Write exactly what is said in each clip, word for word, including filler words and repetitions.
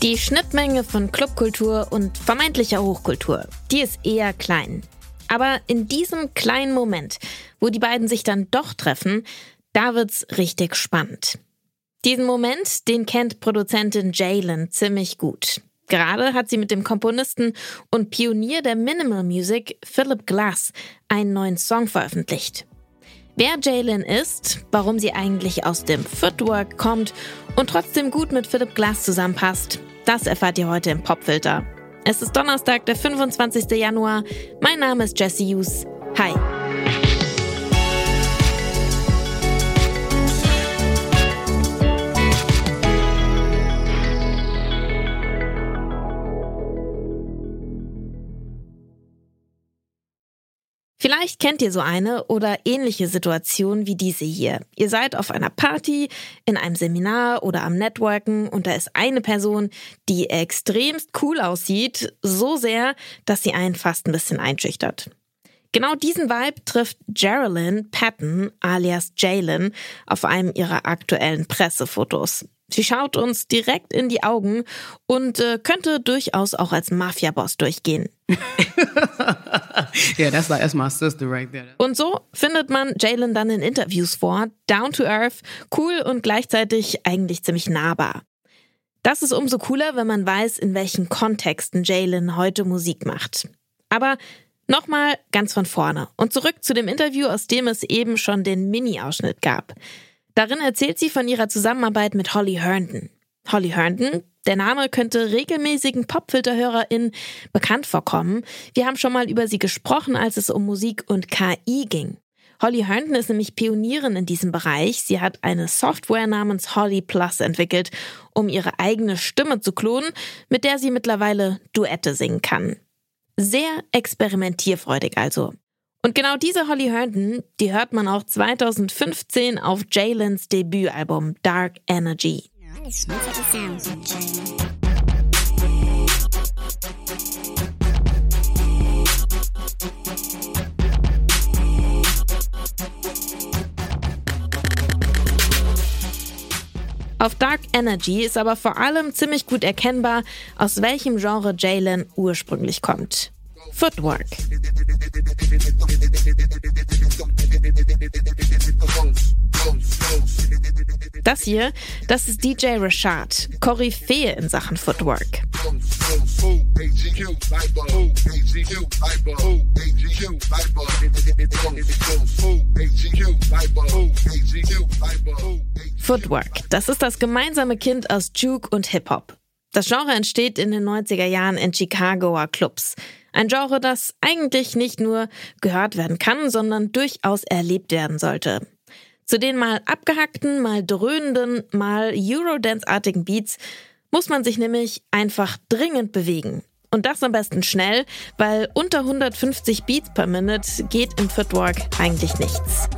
Die Schnittmenge von Clubkultur und vermeintlicher Hochkultur, die ist eher klein. Aber in diesem kleinen Moment, wo die beiden sich dann doch treffen, da wird's richtig spannend. Diesen Moment, den kennt Produzentin Jalen ziemlich gut. Gerade hat sie mit dem Komponisten und Pionier der Minimal Music, Philip Glass, einen neuen Song veröffentlicht. Wer Jalen ist, warum sie eigentlich aus dem Footwork kommt und trotzdem gut mit Philip Glass zusammenpasst, das erfahrt ihr heute im Popfilter. Es ist Donnerstag, der fünfundzwanzigster Januar. Mein Name ist Jessie Hughes. Hi. Vielleicht kennt ihr so eine oder ähnliche Situation wie diese hier. Ihr seid auf einer Party, in einem Seminar oder am Networken und da ist eine Person, die extremst cool aussieht, so sehr, dass sie einen fast ein bisschen einschüchtert. Genau diesen Vibe trifft Geraldine Patton alias Jalen auf einem ihrer aktuellen Pressefotos. Sie schaut uns direkt in die Augen und äh, könnte durchaus auch als Mafia-Boss durchgehen. Yeah, that's like that's my sister right there. Und so findet man Jalen dann in Interviews vor, down to earth, cool und gleichzeitig eigentlich ziemlich nahbar. Das ist umso cooler, wenn man weiß, in welchen Kontexten Jalen heute Musik macht. Aber nochmal ganz von vorne und zurück zu dem Interview, aus dem es eben schon den Mini-Ausschnitt gab. Darin erzählt sie von ihrer Zusammenarbeit mit Holly Herndon. Holly Herndon, der Name könnte regelmäßigen Popfilterhörerinnen bekannt vorkommen. Wir haben schon mal über sie gesprochen, als es um Musik und K I ging. Holly Herndon ist nämlich Pionierin in diesem Bereich. Sie hat eine Software namens Holly Plus entwickelt, um ihre eigene Stimme zu klonen, mit der sie mittlerweile Duette singen kann. Sehr experimentierfreudig also. Und genau diese Holly Herndon, die hört man auch zweitausendfünfzehn auf Jalens Debütalbum Dark Energy. Auf Dark Energy ist aber vor allem ziemlich gut erkennbar, aus welchem Genre Jalen ursprünglich kommt. Footwork. Das hier, das ist D J Rashad, Koryphäe in Sachen Footwork. Footwork, das ist das gemeinsame Kind aus Juke und Hip-Hop. Das Genre entsteht in den neunziger Jahren in Chicagoer Clubs. Ein Genre, das eigentlich nicht nur gehört werden kann, sondern durchaus erlebt werden sollte. Zu den mal abgehackten, mal dröhnenden, mal Eurodance-artigen Beats muss man sich nämlich einfach dringend bewegen. Und das am besten schnell, weil unter hundertfünfzig Beats per Minute geht im Footwork eigentlich nichts.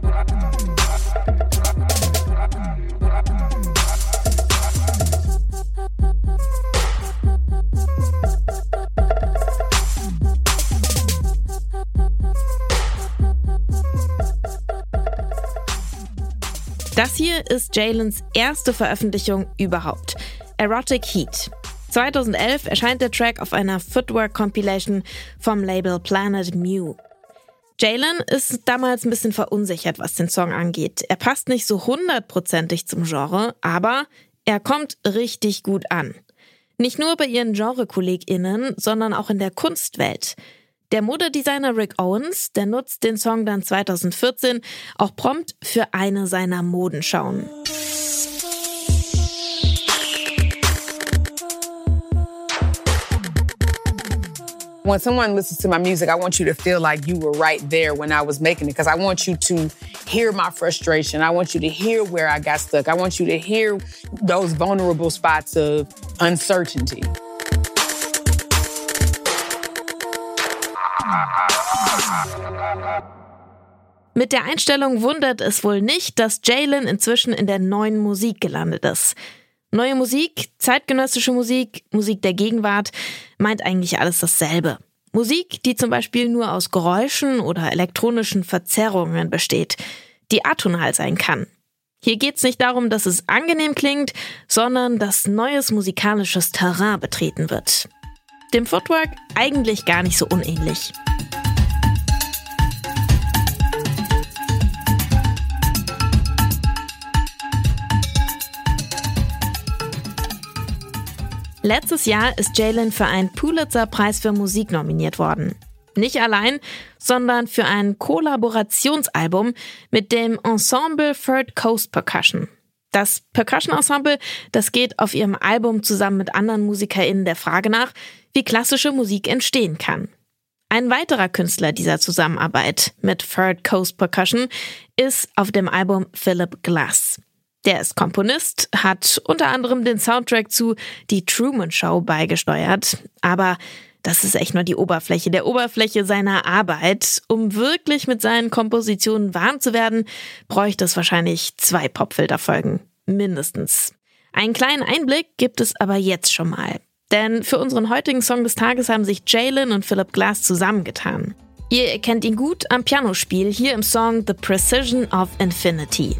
Das hier ist Jalens erste Veröffentlichung überhaupt. Erotic Heat. zweitausendelf erscheint der Track auf einer Footwork-Compilation vom Label Planet Mu. Jalen ist damals ein bisschen verunsichert, was den Song angeht. Er passt nicht so hundertprozentig zum Genre, aber er kommt richtig gut an. Nicht nur bei ihren Genre-KollegInnen, sondern auch in der Kunstwelt. Der Modedesigner Rick Owens, der nutzt den Song dann zweitausendvierzehn auch prompt für eine seiner Modenschauen. When someone listens to my music, I want you to feel like you were right there when I was making it, because I want you to hear my frustration. I want you to hear where I got stuck. I want you to hear those vulnerable spots of uncertainty. Mit der Einstellung wundert es wohl nicht, dass Jalen inzwischen in der neuen Musik gelandet ist. Neue Musik, zeitgenössische Musik, Musik der Gegenwart, meint eigentlich alles dasselbe. Musik, die zum Beispiel nur aus Geräuschen oder elektronischen Verzerrungen besteht, die atonal sein kann. Hier geht's nicht darum, dass es angenehm klingt, sondern dass neues musikalisches Terrain betreten wird. Dem Footwork eigentlich gar nicht so unähnlich. Letztes Jahr ist Jalen für einen Pulitzer-Preis für Musik nominiert worden. Nicht allein, sondern für ein Kollaborationsalbum mit dem Ensemble Third Coast Percussion. Das Percussion-Ensemble, das geht auf ihrem Album zusammen mit anderen MusikerInnen der Frage nach, wie klassische Musik entstehen kann. Ein weiterer Künstler dieser Zusammenarbeit mit Third Coast Percussion ist auf dem Album Philip Glass. Der ist Komponist, hat unter anderem den Soundtrack zu Die Truman Show beigesteuert, aber das ist echt nur die Oberfläche der Oberfläche seiner Arbeit. Um wirklich mit seinen Kompositionen warm zu werden, bräuchte es wahrscheinlich zwei Popfilterfolgen. Mindestens. Einen kleinen Einblick gibt es aber jetzt schon mal. Denn für unseren heutigen Song des Tages haben sich Jalen und Philip Glass zusammengetan. Ihr erkennt ihn gut am Pianospiel hier im Song The Precision of Infinity.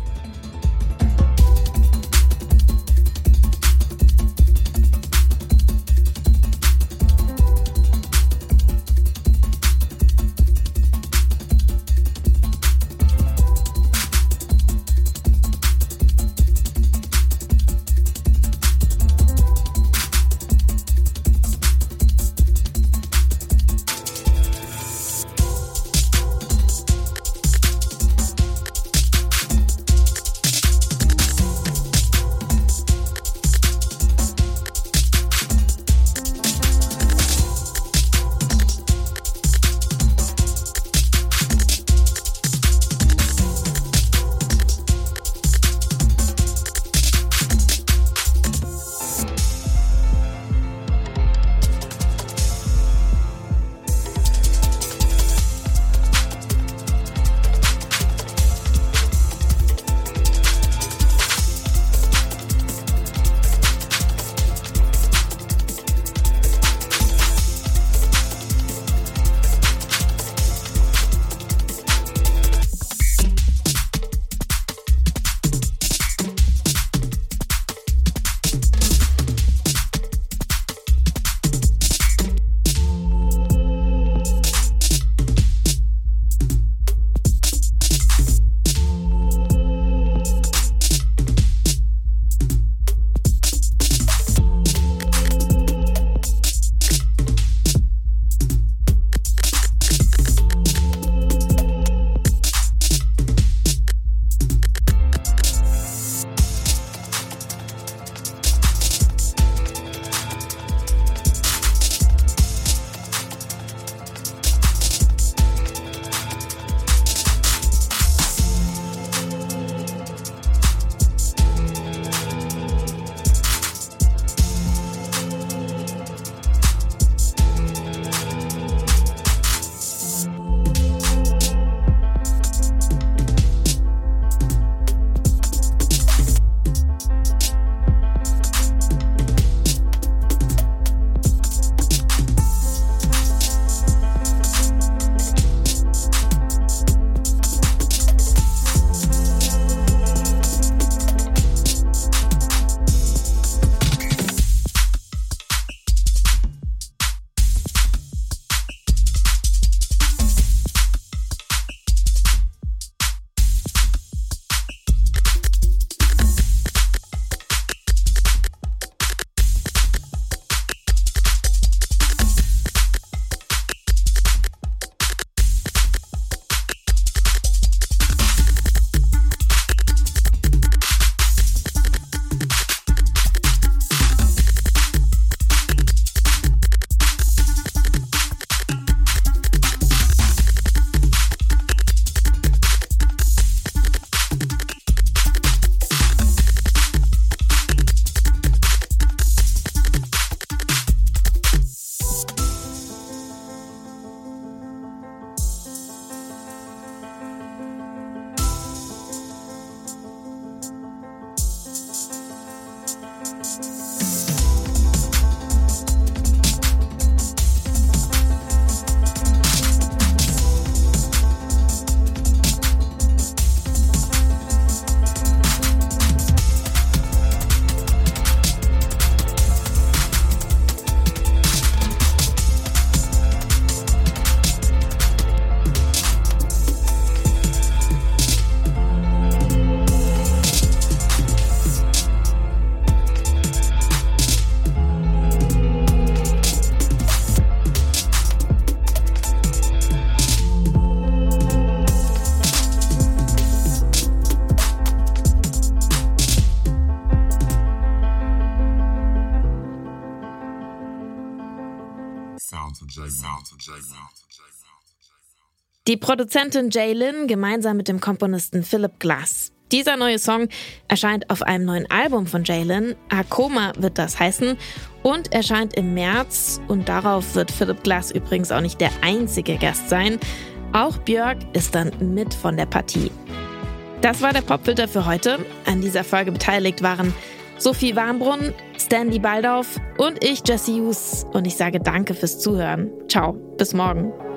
Die Produzentin Jaylin gemeinsam mit dem Komponisten Philip Glass. Dieser neue Song erscheint auf einem neuen Album von Jaylin, Akoma wird das heißen, und erscheint im März. Und darauf wird Philip Glass übrigens auch nicht der einzige Gast sein. Auch Björk ist dann mit von der Partie. Das war der Popfilter für heute. An dieser Folge beteiligt waren Sophie Warnbrunn, Stanley Baldauf und ich, Jessie Hughes. Und ich sage danke fürs Zuhören. Ciao, bis morgen.